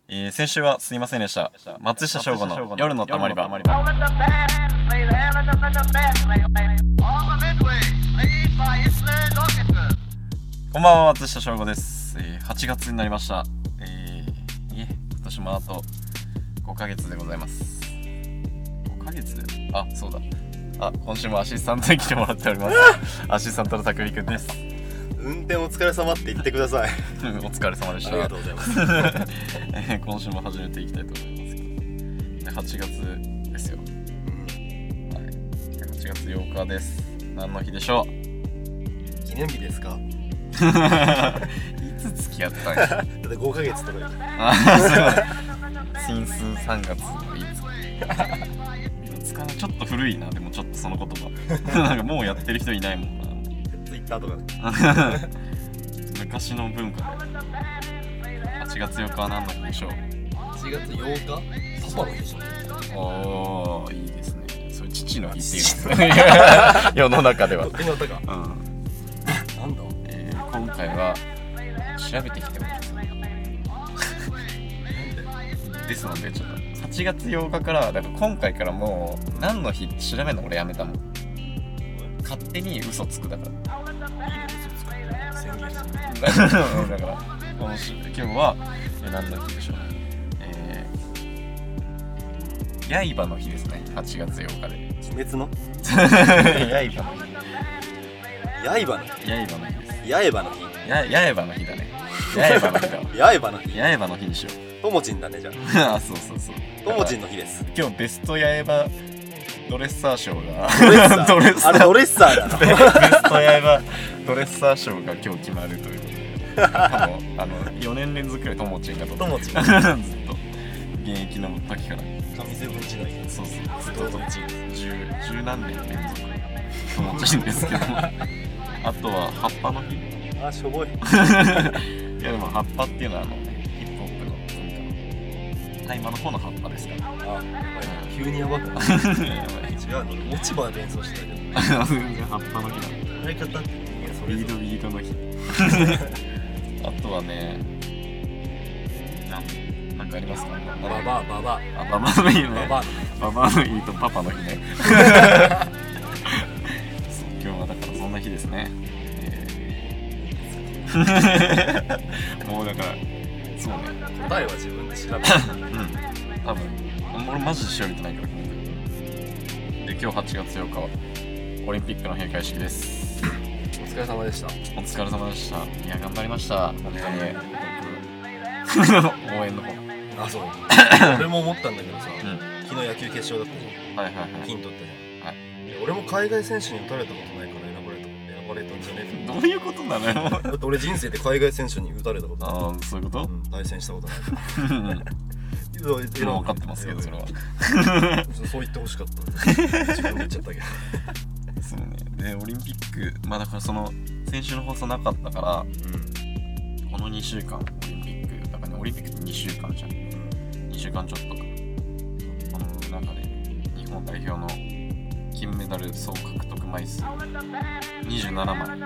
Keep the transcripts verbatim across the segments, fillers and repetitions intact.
えー、先週はすいませんでした。松下翔吾の夜のたまり場。こんばんは、松下翔吾です。えー、はちがつになりました。えー、いえ、今年もあとごかげつでございます。ごかげつ？あ、そうだ。あ、今週もアシスタントに来てもらっております。アシスタントのたくみくんです。 運転お疲れ様って言ってください。 お疲れ様でした。 ありがとうございます。 えー、今週も始めていきたいと思いますけど、はちがつですよ。うん、はい、はちがつようかです。何の日でしょう？ 記念日ですか？ いつ付き合ったんや？だってごかげつとか言う。 ああ、すごい。新数さんがつのいつかな。ちょっと古いな、でもちょっとその言葉。なんかもうやってる人いないもんな。 ツイッターとかね。 昔の文化で。はちがつようかは何の日でしょう？ はちがつようか？パパの日でしょ。 おー、いいですね。それ父の日っていうんですね。世の中では。 世の中か。 うん。なんだ？えー、今回は調べてきてもらったですので、ちょっとはちがつようかからだから今回からもう何の日って調べるの俺やめたもん。勝手に嘘つくだから。だから今週今日はえ何の日でしょう。えー、刃の日ですね。はちがつようかで。 鬼滅の？ 刃の日。 刃の日。 刃の日です。 刃の日。 や刃の日だね。刃の日だ。 刃の日。 刃の日にしよう。 ともちんだね、じゃあ。あ、そうそうそう。 ともちんの日です。 今日ベスト刃ドレッサー賞がドレッサーあれドレッサーだな。 ベスト刃ドレッサー賞が今日決まるということで、あのあのよねん連続くらいともちんがとともちんずっと現役の時から神セブン時代。 そうそうずっとともちん十十何年連続ともちんですけどあとは葉っぱの日。 あ、しょぼい。 いやでも葉っぱっていうのはあのヒップホップの文化の大麻の方の葉っぱですから。 あ、やばいな。急にやばくない？違うの、落ち葉で演奏してたけど。 全然葉っぱの日だ。 やり方って人間それビーぞれ。 ドビードの日。あとはね、なんなんかありますか？ ババアババア。 あ、ババアの日ね。 ババア。 ババアの日とパパの日ね。そう今日はだからそんな日ですね。えー、もうだからそうね。 答えは自分で調べる。 うん。多分俺マジで調べてないから。で今日はちがつようかはオリンピックの閉会式です。 お疲れ様でした。 お疲れ様でした。いや頑張りました本当に。応援の方。 あ、そう。俺も思ったんだけどさ、うん、昨日野球決勝だったじゃん。 はいはいはい。 金取ったじゃん。 はい。 俺も海外選手に打たれたことないから選ばれた選ばれたんじゃねえ。 どういうことなのよ。 だって俺人生で海外選手に打たれたことない。 ああ、そういうこと？ うん、対戦したことないから。 分かってますけどそれは。 そう言ってほしかった。自分で言っちゃったけど。 そうね。でオリンピックまあだからその先週の放送なかったから、うん、このにしゅうかんオリンピックだから、ね、オリンピックってにしゅうかんじゃん。にしゅうかんちょっとか。この中で日本代表の金メダル総獲得枚数にじゅうななまい。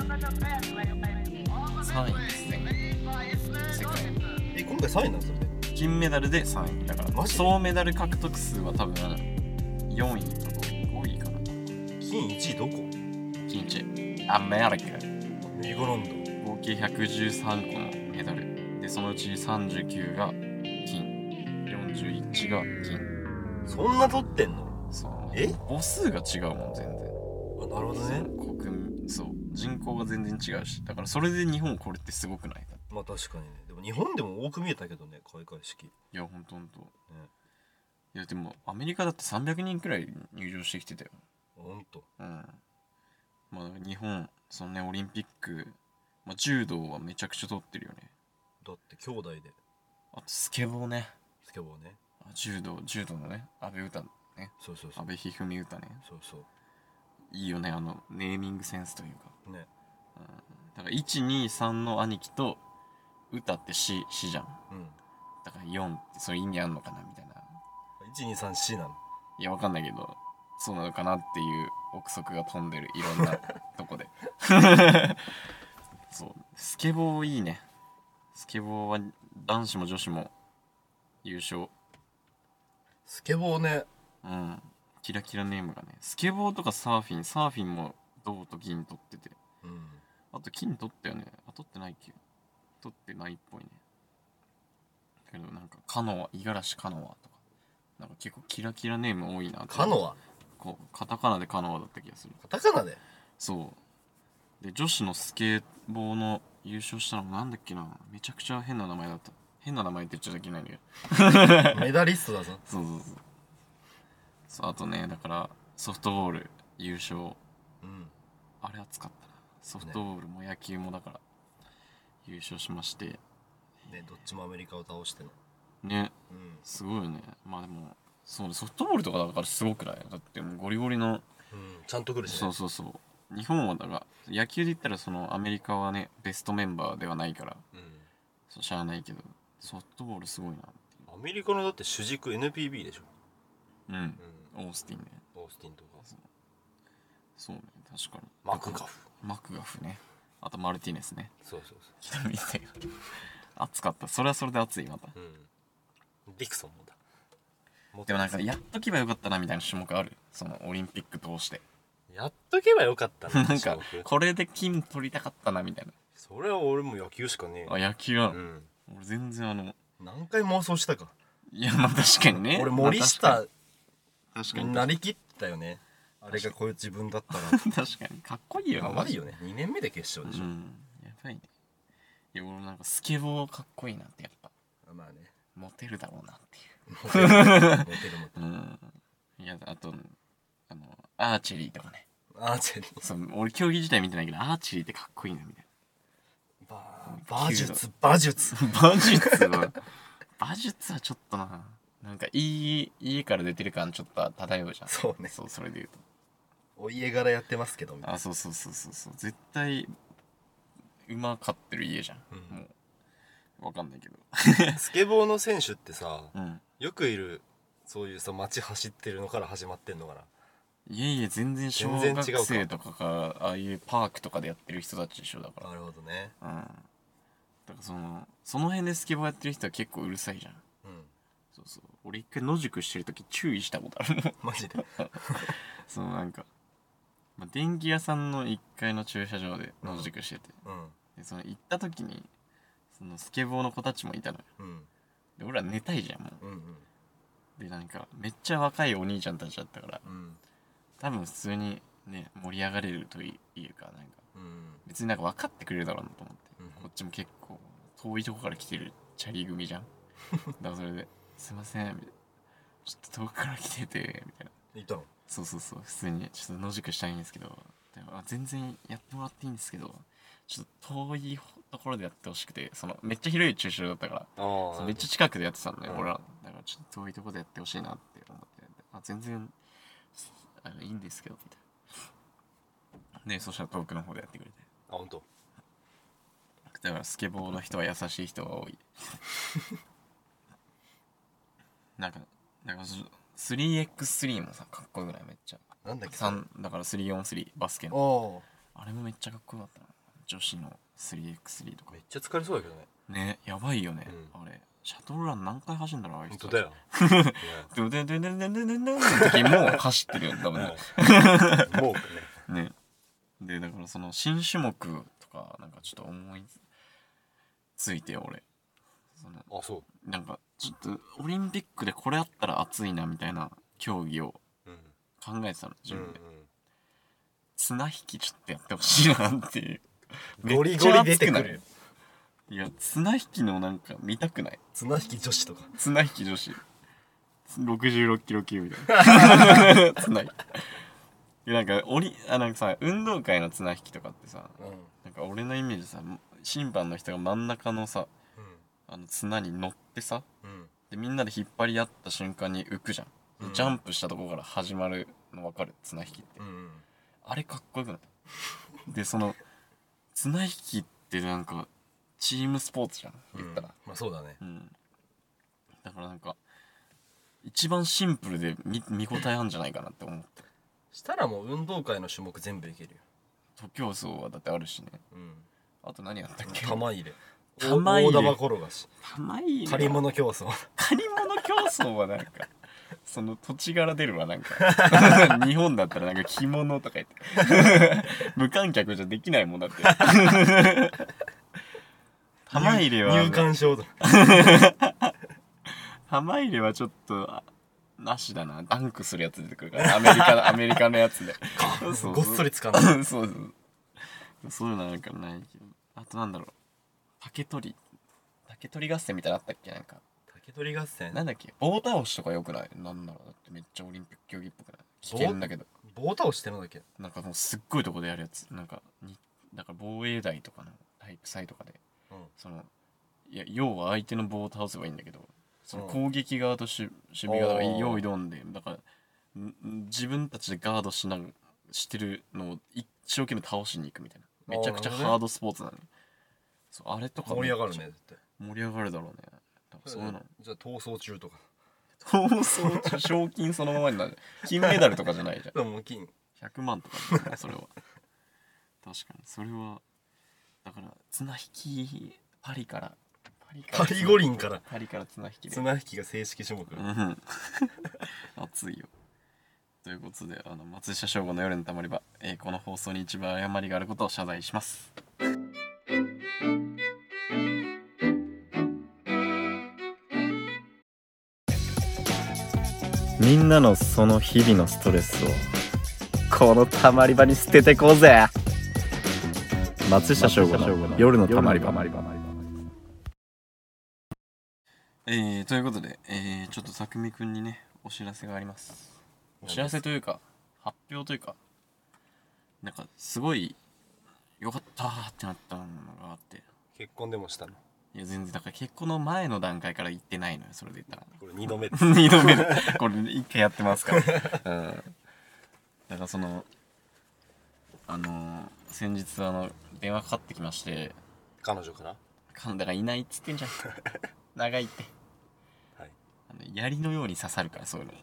さんいですね。世界。 え、今回さんいなんですよね。 金メダルでさんいだから総メダル獲得数は多分よんいとごいかな。 金いちいどこ？ 金いちいアメリカ。 ミゴランド。 合計ひゃくじゅうさんこのメダルで、そのうちさんじゅうきゅうが金、よんじゅういちが銀。 そんな取ってんの？ そう。 え？ 母数が違うもん全然。 あ、なるほどね。 国民そう人口が全然違うし、だからそれで日本これってすごくない？ まあ確かにね。でも日本でも多く見えたけどね、開会式。 いやほんとほんと、ね、いやでもアメリカだってさんびゃくにんくらい入場してきてたよ。 ほんと。 うん。まあ日本そのねオリンピック、まあ、柔道はめちゃくちゃ取ってるよね。 だって兄弟で。 あとスケボーね。 スケボーね。 柔道柔道のね阿部詩ね。 そうそうそう。 阿部一二三詩ね。 そうそう。 いいよねあのネーミングセンスというか。 ね。 うん、だからいちにさんの兄貴と歌ってししじゃん。うん。だからよんってそういう意味あんのかなみたいな。 いちにさんしなの？ いやわかんないけどそうなのかなっていう憶測が飛んでるいろんなとこで。そうスケボーいいね。スケボーは男子も女子も優勝。 スケボーね。 うん。キラキラネームがね。スケボーとかサーフィン、サーフィンも銅と銀取ってて。 うん。 あと金取ったよね。あ、取ってないっけ。取ってないっぽいね。けどなんかカノア、五十嵐カノアとか。なんか結構キラキラネーム多いなって。 カノアこう、カタカナでカノアだった気がする。 カタカナでそう。で、女子のスケボーの優勝したのなんだっけな。めちゃくちゃ変な名前だった。変な名前って言っちゃいけないんだけど。 メダリストだぞ。 そうそうそう。そう、あとね、だからソフトボール優勝。 うん。 あれ熱かったな。ソフトボールも野球もだから優勝しまして。 ね、どっちもアメリカを倒しての。 ね、 うん。 すごいよね。まあでも、そうね、ソフトボールとかだからすごくない？だってもうゴリゴリの、 うん、ちゃんと来るしね。 そうそうそう。日本はだから、野球で言ったらそのアメリカはね、ベストメンバーではないから、 うん。 そうしゃあないけど、ソフトボールすごいなっていう。 アメリカのだって主軸 エヌピービー でしょ。 うん。 うん。 オースティンね。 オースティンとか。 そうね、確かに。 マクガフ。 マクガフね。あとマルティネスね。 そうそうそう。 見て熱かった。それはそれで熱い、また。 うん。ディクソンもだ。 でもなんかやっとけばよかったなみたいな種目ある、そのオリンピック通して。 やっとけばよかったな。 なんかこれで金取りたかったなみたいな。 それは俺も野球しかねえ。 あ、野球は、 うん、 俺全然あの何回妄想したか。 いやまあ確かにね。 俺森下、 確かになりきったよね。あれがこういう自分だったら。 確かにかっこいいよな。 やばいよね。にねんめで決勝でしょ。 うん、やばいね。いや俺なんかスケボーかっこいいなってやっぱ。 まあね。 モテるだろうなっていう。 モテるモテるモテる。 うん。いやあとあのアーチェリーとかね。 アーチェリー。 そう、俺競技自体見てないけどアーチェリーってかっこいいなみたいな。馬術馬術馬術は馬術はちょっとな、なんかいい家から出てる感ちょっと漂うじゃん。 そうね。 そう、それで言うとお家柄やってますけど。 あ、そうそうそうそうそう、絶対馬飼ってる家じゃん、うん、もうわかんないけどスケボーの選手ってさ、 うん、 よくいるそういうさ街走ってるのから始まってんのかな。 いやいや全然小学生とかがああいうパークとかでやってる人たちでしょ。だからなるほどね。 うん、だからそのその辺でスケボーやってる人は結構うるさいじゃん。うん、そうそう、俺一回野宿してる時注意したことあるもんマジでそのなんか、まあ、電気屋さんのいっかいの駐車場で野宿してて、うんうん、でその行った時にそのスケボーの子たちもいたのよ、うん、で俺ら寝たいじゃんもう、うんうん、でなんかめっちゃ若いお兄ちゃんたちだったから、うん、多分普通にね盛り上がれるというかなんか、うん、別になんか分かってくれるだろうなと思って、うん、こっちも結構遠いとこから来てるチャリ組じゃんだからそれですいませんみたいな、ちょっと遠くから来ててみたいな言ったの。 そうそうそう、普通にちょっと野宿したいんですけど、でも全然やってもらっていいんですけどちょっと遠いところでやってほしくて、そのめっちゃ広い駐車場だったからそうめっちゃ近くでやってたんだよ、うん、俺らだからちょっと遠いところでやってほしいなって思って、あ全然あいいんですけどみたいな。でそしたら遠くの方でやってくれて、 あ本当。 だからスケボーの人は優しい人が多いなんかなんか スリーエックススリー もさかっこよくない？めっちゃなんだっけさんだから スリーオンスリー バスケのあれもめっちゃかっこよかったな、女子の スリーエックススリー とか。 めっちゃ疲れそうだけどね。 ね、やばいよね、うん、あれシャトルラン何回走るんだろうあいつ。 本当だよドゥドゥドゥドゥドゥドゥドゥドゥの時もう走ってるよ多分ねもうねねでだからその新種目とかなんかちょっと思いついて俺そのあそうなんかちょっとオリンピックでこれあったら熱いなみたいな競技を考えてたの自分で、うんうん、綱引きちょっとやってほしいなっていうゴリゴリ出てくる。 いや綱引きのなんか見たくない？ 綱引き女子とか綱引き女子ろくじゅうろっキロ級みたいな綱引きなんかおりあなんかさ運動会の綱引きとかってさ、うん、なんか俺のイメージさ審判の人が真ん中のさ、うん、あの綱に乗ってさ、うん、でみんなで引っ張り合った瞬間に浮くじゃん、うん、ジャンプしたとこから始まるの分かる？綱引きって、うん、あれかっこよくない？でその綱引きってなんかチームスポーツじゃん言ったら、うん、 まあそうだね、 うん、だからなんか一番シンプルで 見, 見応えあるんじゃないかなって思って。 したらもう運動会の種目全部いけるよ。 徒競走はだってあるしね、うん、あと何やったっけ？ 玉入れ玉入れ大玉転がし玉入れ借り物競争借り物競争はなんかその土地柄出るわなんか日本だったらなんか着物とか言って無観客じゃできないもんだって玉入れは入館証と玉入れはちょっとなしだな。ダンクするやつ出てくるからアメリカアメリカのやつでそうそうごっそり掴んでそうそうそういうのなんかないけど、あとなんだろう、竹取竹取合戦みたいなのあったっけ。なんか竹取合戦なんだっけ、棒倒しとかよくない？なんだろう、だってめっちゃオリンピック競技っぽくない？危険だけど棒倒しってのだっけ。 なんかもうすっごいとこでやるやつ、なんかにだから防衛大とかの体育祭とかで、うん、そのいや要は相手の棒を倒せばいいんだけど、その攻撃側と守備側が用意どんで、だから自分たちでガードしなしてるのを一生懸命倒しに行くみたいな、めちゃくちゃハードスポーツなのに、そうあれとか盛り上がるね。絶対盛り上がるだろうね。多分そういうのじゃあ逃走中とか逃走中賞金そのままになる。金メダルとかじゃないじゃん。 でも金ひゃくまんとかだよそれは確かにそれはだから綱引きパリからパリパリ五輪からパリから綱引きで綱引きが正式種目、 うん、熱いよ。ということで、あの松下翔吾の夜のたまり場、えー、この放送に一番誤りがあることを謝罪します。みんなのその日々のストレスをこのたまり場に捨ててこうぜ。松下翔吾の夜のたまり場。えー、ということで、えー、ちょっと匠くんにねお知らせがあります。お知らせというか発表というか、なんかすごいよかったーってなったのがあって。 結婚でもしたの？ いや全然だから結婚の前の段階から言ってないのよ。それで言ったらこれにどめですにどめでこれいっかいやってますから、うん、だからそのあのー、先日あの電話かかってきまして。 彼女かな。 彼女だからいないっつってんじゃん長いって、はい、あの槍のように刺さるからそういうの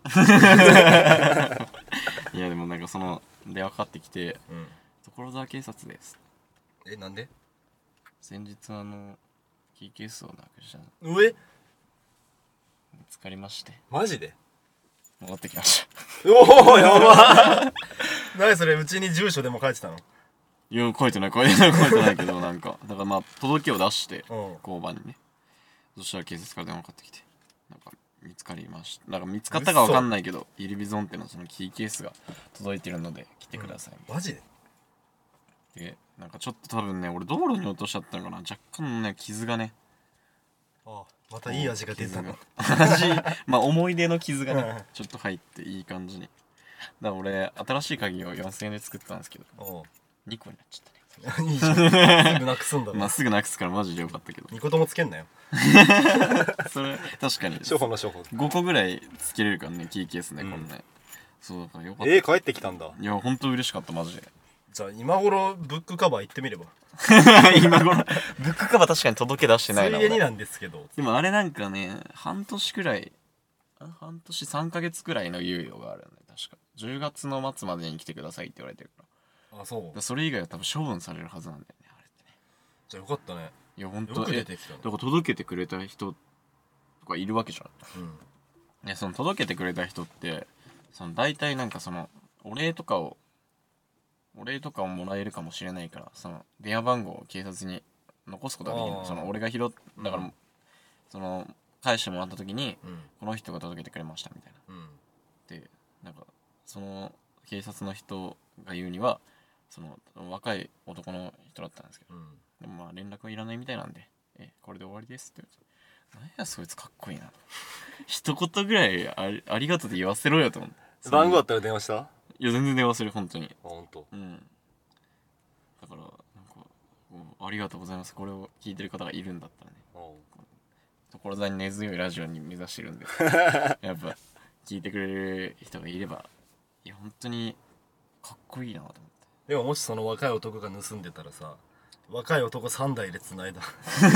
いやでもなんかその電話かかってきて、うん、所沢警察です。 え、なんで？ 先日あのキーケースをなくしたの。上？見つかりまして。 マジで？ 戻ってきましたおおやば何それ、うちに住所でも書いてたの？ いや書いてない書いてない書いてないけどなんかだからまあ届けを出して、うん、交番にね。そしたら警察から電話かかってきて、なんか見つかりました。なんか見つかったかわかんないけど、イルビゾンテのそのキーケースが届いてるので来てください、 うん、マジで？ でなんかちょっと多分ね俺道路に落としちゃったのかな、若干のね傷がね。 ああまたいい味が出たの。 味まあ思い出の傷がねちょっと入っていい感じに。だから俺新しい鍵をよんせんえんで作ったんですけどにこになっちゃったね。 いいじゃん。すぐなくすんだろ。 まあすぐなくすからマジでよかったけど。 にこともつけんなよ。 それ確かに。 処方の処方。 ごこぐらいつけれるからねキーケースね、うん、これね。そうだからよかった。 えー、帰ってきたんだ。 いやほんと嬉しかったマジで。 じゃあ今頃ブックカバー行ってみれば。 今頃ブックカバー確かに届け出してないな。 ついでになんですけど。 でもあれなんかね半年くらい半年さんかげつくらいの猶予があるよね確か。じゅうがつの末までに来てくださいって言われてるから。 あ、そう。 それ以外は多分処分されるはずなんだよねあれってね。 じゃあよかったね。 いやほんとよく出てきた。 だから届けてくれた人とかいるわけじゃん。うん。いやその届けてくれた人ってその大体なんかそのお礼とかをお礼とかをもらえるかもしれないからその電話番号を警察に残すことができるの。その俺が拾っだから、うん、その返してもらった時に、うん、この人が届けてくれましたみたいな。うん、でなんかその警察の人が言うにはその若い男の人だったんですけど、うん、でもまあ連絡はいらないみたいなんで、えこれで終わりですって言われて、何やそいつかっこいいな一言ぐらい あ, りありがとうで言わせろよと思って。 番号あったら電話した？ いや全然電話する本当に。あ本当。 うん。だからなんかありがとうございます。これを聞いてる方がいるんだったらね。所沢に根強いラジオに目指してるんでやっぱ聞いてくれる人がいればいや本当にかっこいいなと思って。 でももしその若い男が盗んでたらさ若い男さんだいで繋いだ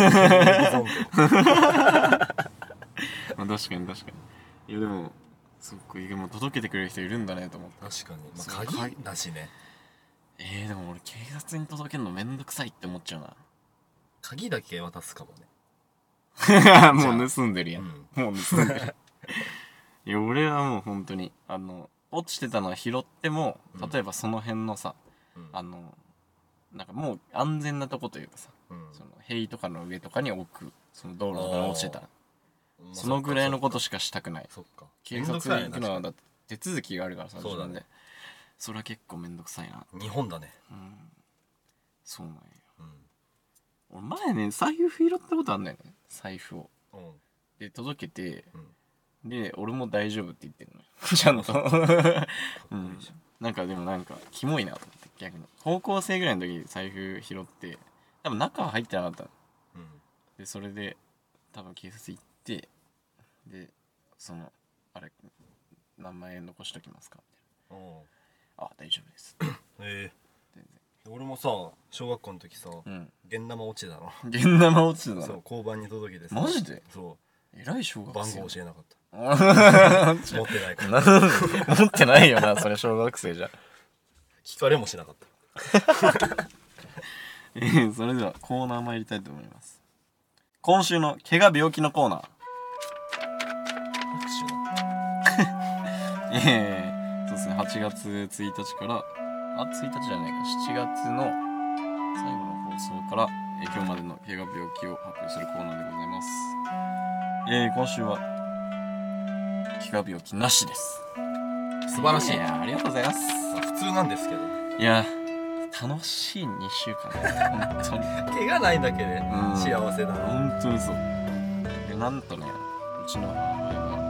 まあ確かに確かに。いやでもすっごいでも届けてくれる人いるんだねと思って。 確かに、まあ、鍵だしね。 えー、でも俺警察に届けるのめんどくさいって思っちゃうな。 鍵だけ渡すかもね。 もう盗んでるやん、うん、もう盗んでるいや俺はもう本当にあの落ちてたのは拾っても、例えばその辺のさ、うん、あのなんかもう安全なとこというかさ、うん、その塀とかの上とかに置く、その道路とかに落ちてたら、そのぐらいのことしかしたくない。そっか、警察行くのはだって手続きがあるからさ、自分で。それは結構めんどくさいな。 日本だね。 うん。そうなんや。うん、俺前ね、財布拾ったことあんだよね。財布を。うん、で、届けて、うん、で、俺も大丈夫って言ってんのよ。ちゃんと。うん。なんかでもなんか、キモいなと思って、逆に。高校生ぐらいの時財布拾って、多分中は入ってなかったの。うん、で、それで、多分警察行って、で、その、あれ、何万円残しときますかみたいな。あ、大丈夫です。 ええー、俺もさ、小学校の時さ、うん、現玉落ちてたの。 現玉落ちてたの。 そう、交番に届けてさ。 マジで？ そう。 えらい小学生。 番号教えなかった。持ってないから。 持ってないよな、それ小学生じゃ。 聞かれもしなかった。 えー、それではコーナー参りたいと思います。今週の怪我病気のコーナー。えーそうですね、はちがつついたちから、あ、ついたちじゃないか、しちがつの最後の放送から、えー、今日までの怪我病気を発表するコーナーでございます。えー、今週は、怪我病気なしです。 素晴らしい。 いや、ありがとうございます。 普通なんですけど。 いや、楽しいにしゅうかんです。本当に。 怪我ないだけで幸せだな。 本当にそう。で、なんとね、うちの母親が、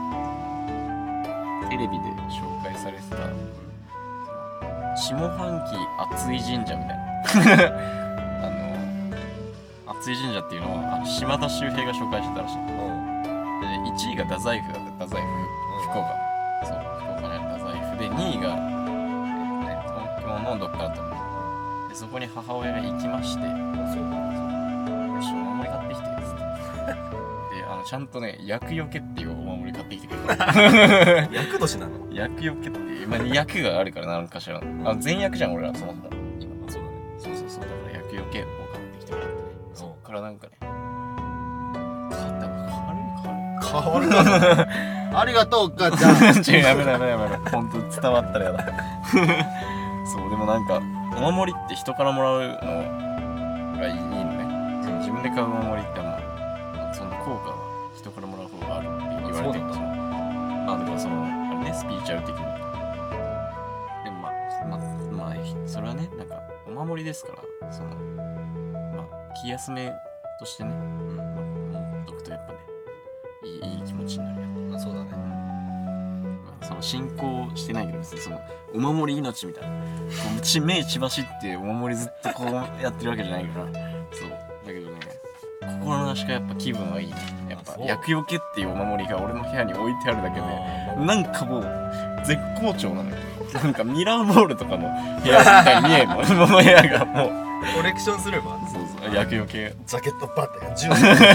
テレビで紹介されてた下半期熱い神社みたいなあの熱い神社っていうのはあの島田秀平が紹介してたらしい。でいちいが太宰府だった。太宰府、福岡、そう福岡にある太宰府で、にいが、ね、東京のどっかだったので、そこに母親が行きまして、そうそうそう、お守り買ってきてっつってであのちゃんとね、厄除けっていうお守り買ってきてくれた厄年なの？ 厄除けっていう、まあ、厄があるから何かしら、うん、あ、全厄じゃん俺らそもそも今。そうだね。そうそうそう、だから厄除けを買ってきてくれてね、そっからなんかね、肩が軽い軽い変わるかありがとうお母ちゃん違う、やめろやめろやめろ、ほんと伝わったらやだそう、でもなんかお守りって人からもらうのがいいのね。その自分で買うお守りってもその効果は人からもらう方があるって言われてるんですよ。まあだからそのあれね、スピリチュアル的に。でもまあまあまあそれはね、なんかお守りですから、そのまあ気休めとしてね、うん、まあ、持っとくとやっぱね、いいいい気持ちになるよね。 まあそうだね。 まあ、その信仰してないけどですね、そのお守り命みたいな。こう血目血走ってお守りずっとこうやってるわけじゃないから。そうだけどね。心なしかやっぱ気分はいいね。やっぱ厄除けっていうお守りが俺の部屋に置いてあるだけで、なんかもう絶好調なのよ。なんかミラーボールとかの部屋みたいに見えるの。この部屋がもうコレクションすれば。 そうそう、厄除けジャケットバッてじゅう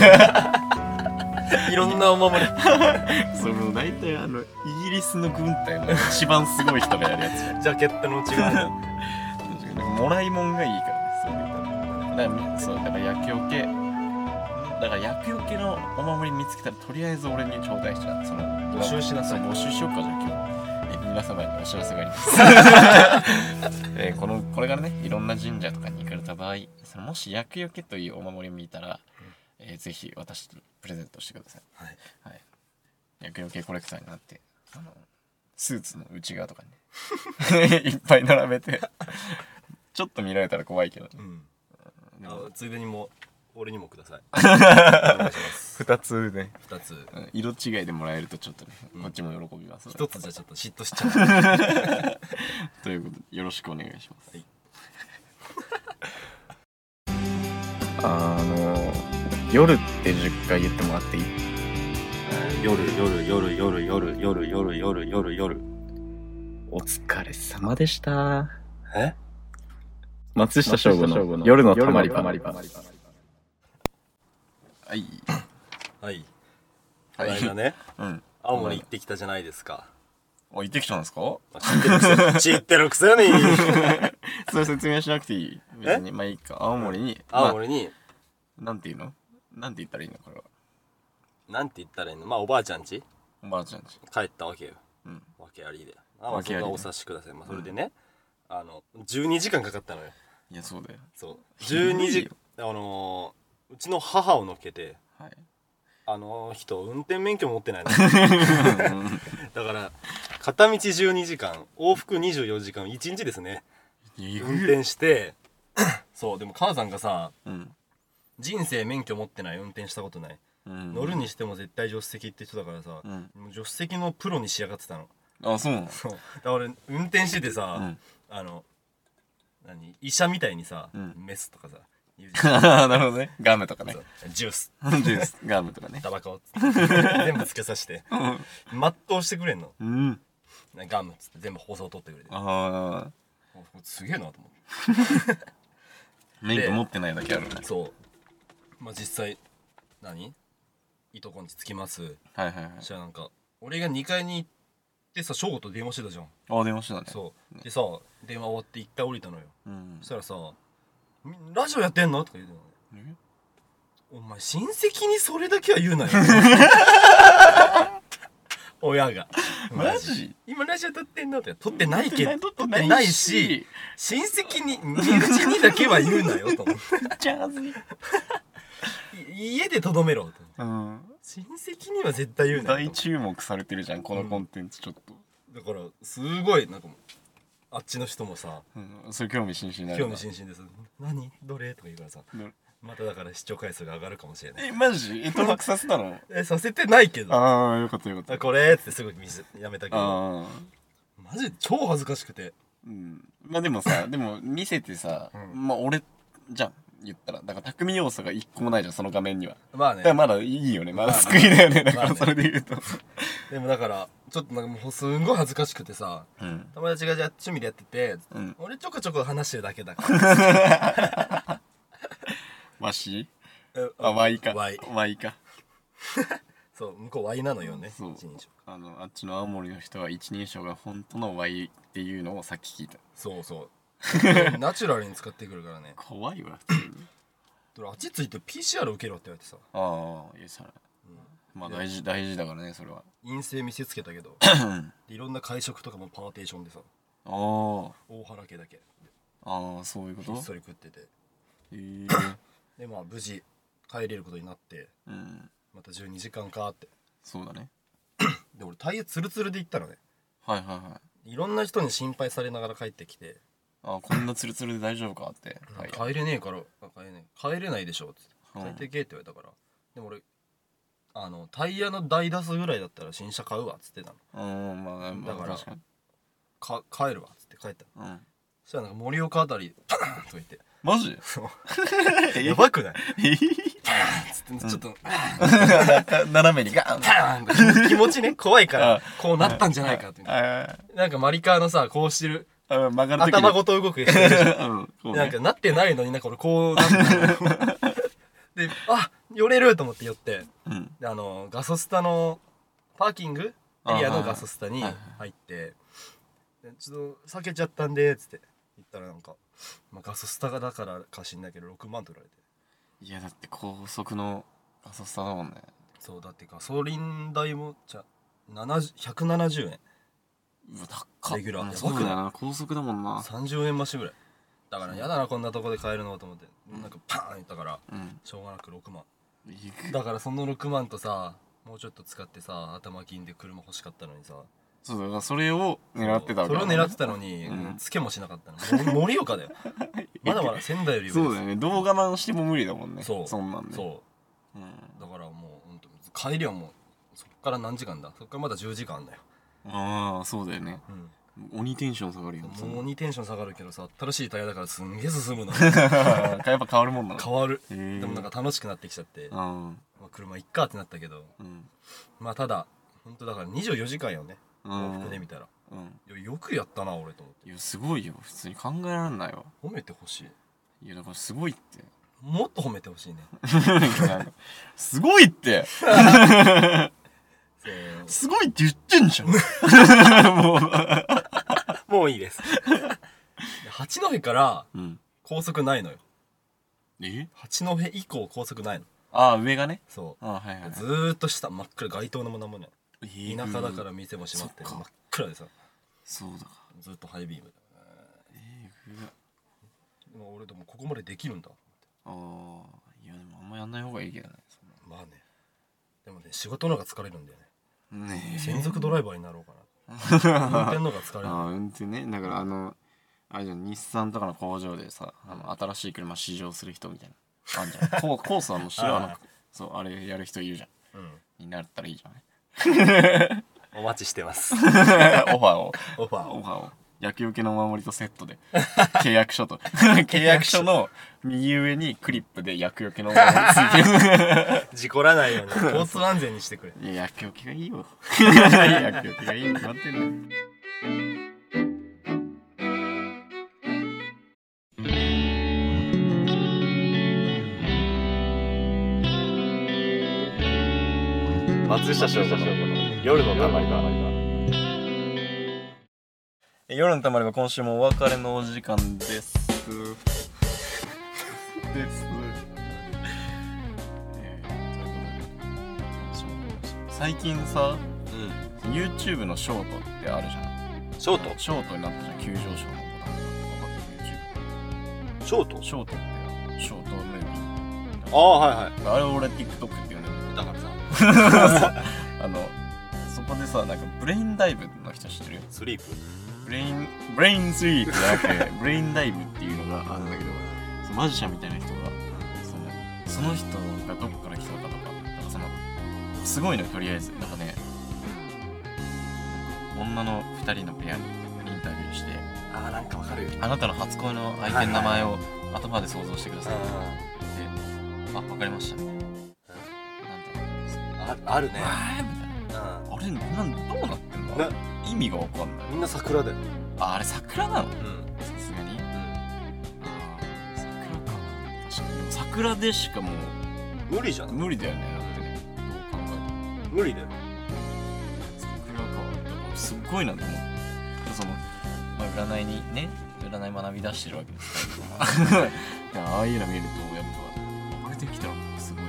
いろんなお守りその大体あのイギリスの軍隊の一番すごい人がやるやつジャケットの内側もらいもんがいいからね。そういうだからそうだから厄除けだから厄除けのお守り見つけたらとりあえず俺に頂戴しちゃう。その募集しなさい。 募集しようか。じゃあ今日え皆様にお知らせがありますえー、このこれからね、いろんな神社とかに行かれた場合、そのもし厄除けというお守りを見たら、うんえー、ぜひ私にプレゼントしてください。はい、はい、厄除けコレクターになってあのスーツの内側とかに、ね、いっぱい並べてちょっと見られたら怖いけど、ねうんでもついでにも俺にもくださいふたつね。 ふたつ、うん、 色違いでもらえるとちょっとね、うん、こっちも喜びます。 ひとつじゃちょっと嫉妬しちゃうということでよろしくお願いします、はい、あの夜ってじゅっかい言ってもらっていい？ 夜夜夜夜夜夜夜夜夜夜お疲れ様でした。 え？ 松下翔吾の夜のたまり場。はいはいこの間ね、うん、青森行ってきたじゃないですか。 あ、行ってきたんですか？ 知ってるくせ知ってるくせにそれ説明しなくていい別に。まあいいか。青森に青森に、 なんていうのなんて言ったらいいのこれは。 なんて言ったらいいの、まあおばあちゃん家おばあちゃんち。 帰ったわけよ。 うん。 訳ありで。あ、まあ、そこはお察しください。まあ、それでね、 うん、 あのじゅうにじかんかかったのよ。 いやそうだよ。 そうじゅうにじあのー、うちの母を乗っけて、 はい、 あの人運転免許持ってないのだから片道じゅうにじかん往復にじゅうよじかんいちにちですね運転してそうでも母さんがさ、うん、人生免許持ってない運転したことない、うん、乗るにしても絶対助手席って人だからさ、うん、もう助手席のプロに仕上がってたの。 あ、そうなの。 そうだから俺運転しててさ、うん、あの何医者みたいにさ、うん、メスとかさなるほどね。ガムとかね。 ジュースジュースガムとかね。 タバコ全部つけさせて全うしてくれんの、うん、ガムっつって全部放送取ってくれて、ああすげえなと思って免許持ってないだけあるね。 そうまあ実際何いとこんち着きます。はいはいはい。 そしたらなんか俺がにかいに行ってさ翔吾と電話してたじゃん。 ああ電話してたね。 そうでさ電話終わっていっかい降りたのよ、うん、そしたらさラジオやってんのとか言うの。お前親戚にそれだけは言うなよ親がマジ今ラジオ撮ってんのって撮ってないけど撮ってないし親戚に身内にだけは言うなよと思ってじゃあ家でとどめろと、うん、親戚には絶対言うなよ。 大注目されてるじゃんこのコンテンツちょっと、 うん、だからすごいなんかもうあっちの人もさ、 うん、それ興味津々な興味津々です。何どれとか言うからさ、まただから視聴回数が上がるかもしれない。 えマジえ登録させたのえさせてないけど。 ああよかったよかった。 これってすぐ見せやめたけどマジ超恥ずかしくて、 うん、まあでもさでも見せてさ、うん、まあ俺じゃん言ったらだから匠要素が一個もないじゃんその画面には。まあねだからまだいいよねまだ救いだよねだからそれで言うと、まあね、 でもだからちょっとなんかもうすんごい恥ずかしくてさ、うん、友達がじゃあ趣味でやってて、うん、俺ちょこちょこ話してるだけだからわしあワイかワイワイかそう向こうワイなのよね。 そう一人称あのあっちの青森の人は一人称が本当のワイっていうのをさっき聞いた。 そうそうナチュラルに使ってくるからね。 怖いわ普通にあっちついて ピーシーアール 受けろって言われてさ。 ああいいさ、うん、まあ大事大事だからねそれは。 陰性見せつけたけどいろんな会食とかもパーテーションでさあ大原家だけああそういうことひっそり食っててへえでまあ無事帰れることになって、うん、またじゅうにじかんかって。 そうだねで俺タイヤツルツルで行ったのね。 はいはいはいいろんな人に心配されながら帰ってきてあこんなツルツルで大丈夫かって、 帰れねえから帰れねえ帰れないでしょって帰ってけって言われたから、でも俺あのタイヤの台出すぐらいだったら新車買うわっつってたの。うんまあだから確かにか帰るわっつって帰ったの、うん、そしたらなんか盛岡あたりパーンとか言ってマジやばくないつってちょっと、 うん、斜めにガーン気持ちね怖いからこうなったんじゃないかってなんかマリカーのさこうしてる頭ごと動くやつ、うんね、なんかなってないのになんか俺こうなってであ寄れると思って寄って、うん、であのガソスタのパーキングエリアのガソスタに入ってちょっと避けちゃったんでっつって言ったらなんか、まあ、ガソスタがだからかしんないけどろくまん取られて。 いやだって高速のガソスタだもんね。 そうだってガソリン代もじゃひゃくななじゅうえんうわ高っレギュラー。 そうだよな高速だもんな。 さんじゅうえん増しぐらいだからやだなこんなとこで買えるのと思って、うん、なんかパーンいったから、うん、しょうがなくろくまんだからそのろくまんとさもうちょっと使ってさ頭金で車欲しかったのにさ。 そうだからそれを狙ってたわけだ、ね、それを狙ってたのに、うん、つけもしなかったの盛岡だよまだまだ仙台よりそうだよねどう我慢しても無理だもんね。 そうそんなんでそう、うん、だからもうほんと帰りはもうそっから何時間だそっからまだじゅうじかんあんだよ。 ああそうだよね、うん、鬼テンション下がるよ。 もう鬼テンション下がるけどさ新しいタイヤだからすんげえ進むのやっぱ変わるもんなの。 変わるでもなんか楽しくなってきちゃって、まあ、車いっかってなったけど、うん、まあただほんとだからにじゅうよじかんよね往復で見たら、うん、よくやったな俺と思って。 いやすごいよ普通に考えられないわ。 褒めてほしい。 いやだからすごいってもっと褒めてほしいねすごいってすごいって言ってんじゃんもうもういいです八戸から高速ないのよ、 え八戸以降高速ないの。 ああ上がね。 そうあ、はいはい、 ずーっと下真っ暗、街灯のものもね、 えー、 田舎だから店も閉まって真っ暗でさ、 そうだずっとハイビームだ。 えー、 でも俺でもここまでできるんだ。 ああいやでもあんまやんない方がいいけどね。 まあね、でもね仕事の方が疲れるんだよね。 ねえ専属ドライバーになろうかな。運転の方が疲れる。 ああ運転ね。だからあのあれじゃん、日産とかの工場でさ、あの新しい車試乗する人みたいなあんじゃん。ココースはもう知らなくそうあれやる人いるじゃん、うん、になったらいいじゃん。 お待ちしてますオファーをオファーをオファーを厄除けのお守りとセットで契約書と契約書の右上にクリップで厄除けのお守りついてる。事故らないように交通安全にしてくれ。 いや厄除けがいいよ。厄除けがいいに決まってるね。 松下翔吾の夜のたまり場。 夜のたまり場、今週もお別れのお時間です。です。えー、最近さ、うん、YouTube のショートってあるじゃん。 ショート？ ショートになったじゃん、急上昇のボタン。 ショート？ ショートってショートムービー。ああはいはい。 あれ俺 TikTok って呼んでる。 だからさ。 あのそこでさ、なんかブレインダイブの人知ってる？ スリープ？ ブレインブレインスリープじゃなくてブレインダイブっていうのがあるんだけど、そのマジシャンみたいな人がそのその人がどこから来たのかとか、なんかそのすごいのとりあえずなんかね、女のふたりのペアにインタビューして、 あーなんかわかるよ。 あなたの初恋の相手の名前を頭で想像してください。で、あ、わかりましたね。 あ, あるね。 あみたいな。あれなんどうなってんの？意味がわかんない。 みんな桜だよ。 あ、あれ桜なの？ うん。 さすがに。うん。ああ、桜か。確かに。桜でしかもう無理じゃん。 無理だよね。だってね。どう考えても。 無理だよ。 桜か。だからすっごいなと思って。その、まあ、占いにね、占い学び出してるわけですから。いや、ああいうの見るとやっぱあれできたらすごいな。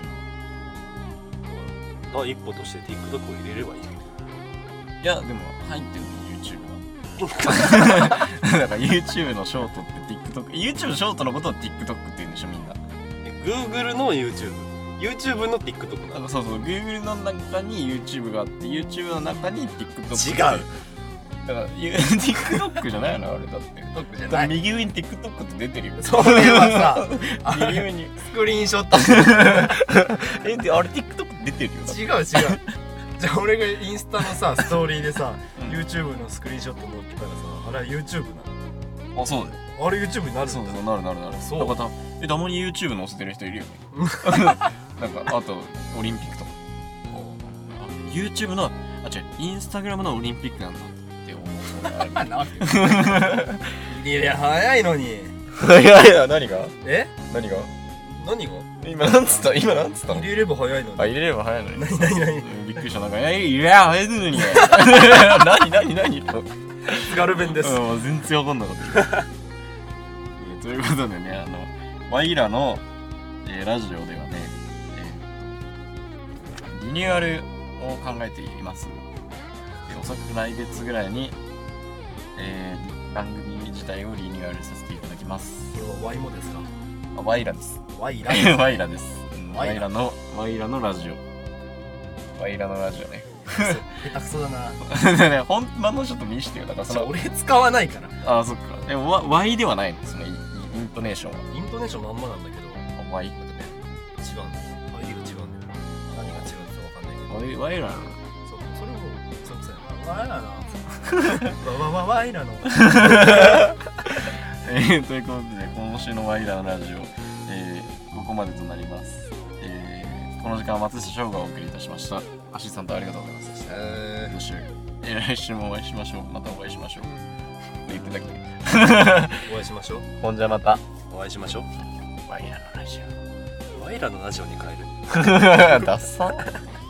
第一歩として TikTok を入れればいい。 いやでも入ってるの YouTube が。だから YouTube のショートって TikTok、 YouTube ショートのことを TikTok って言うんでしょみんな。 Google の YouTube、 YouTube の TikTok なの。 そうそう、 Google の中に YouTube があって YouTube の中に TikTok。 違う。 だから TikTok じゃないのあれだって。 TikTok じゃない。 右上に TikTok って出てるよ。 それはさ、 右上にスクリーンショット。 えであれ TikTok 出てるよ。 違う違う。じゃあ俺がインスタのさストーリーでさ、うん、YouTube のスクリーンショット載っけたらさ、あれは YouTube なの。 あ、そうだよ。 あれ YouTube になるんだ。 そうそう、なるなるなる。 そうだからえたまに YouTube 載せてる人いるよね。なんかあとオリンピックとか。YouTube のあ違うインスタグラムのオリンピックなんだって思う。 なんで？いや早いのに。 いやいや何が？え？何が？ 何が？ 今なんつった？今なんつったの？ 入れれば早いのに。 あ、入れれば早いのに。 何何何？ びっくりした。なんかいやいや早いのに。何何何？ 津軽弁です。 うん、全然わかんなかった。えー、ということでね、あのワイらの、えー、ラジオではね、えー、リニューアルを考えています。でおそらく来月ぐらいに、えー、番組自体をリニューアルさせていただきます。 これはワイモですか？ あ、ワイらです。 ワイラワイラです。ワイラのワイラのラジオ。ワイラのラジオね。 下手くそだな。 ね、本番のちょっと見してよ。だからその俺使わないから。 あ、そっか。でもワイではないの、そのイントネーションは。 イントネーションまんまなんだけど。 ワイ。 違うんだよ。ワイが違うんだよ。何が違うかわかんないけど。 ワイラの。 そう、それもそうですね。ワイラの。わわわワイラの。 えー、ということで今週のワイラのラジオ、えー、ここまでとなります。えー、この時間は松下翔がお送りいたしました。アシスタントありがとうございます。えー、来週、えー、来週もお会いしましょう。またお会いしましょう。言ってたっけ？ お会いしましょう。 ほんじゃまたお会いしましょう。 ワイラのラジオ。 ワイラのラジオに変える。 ダッサ。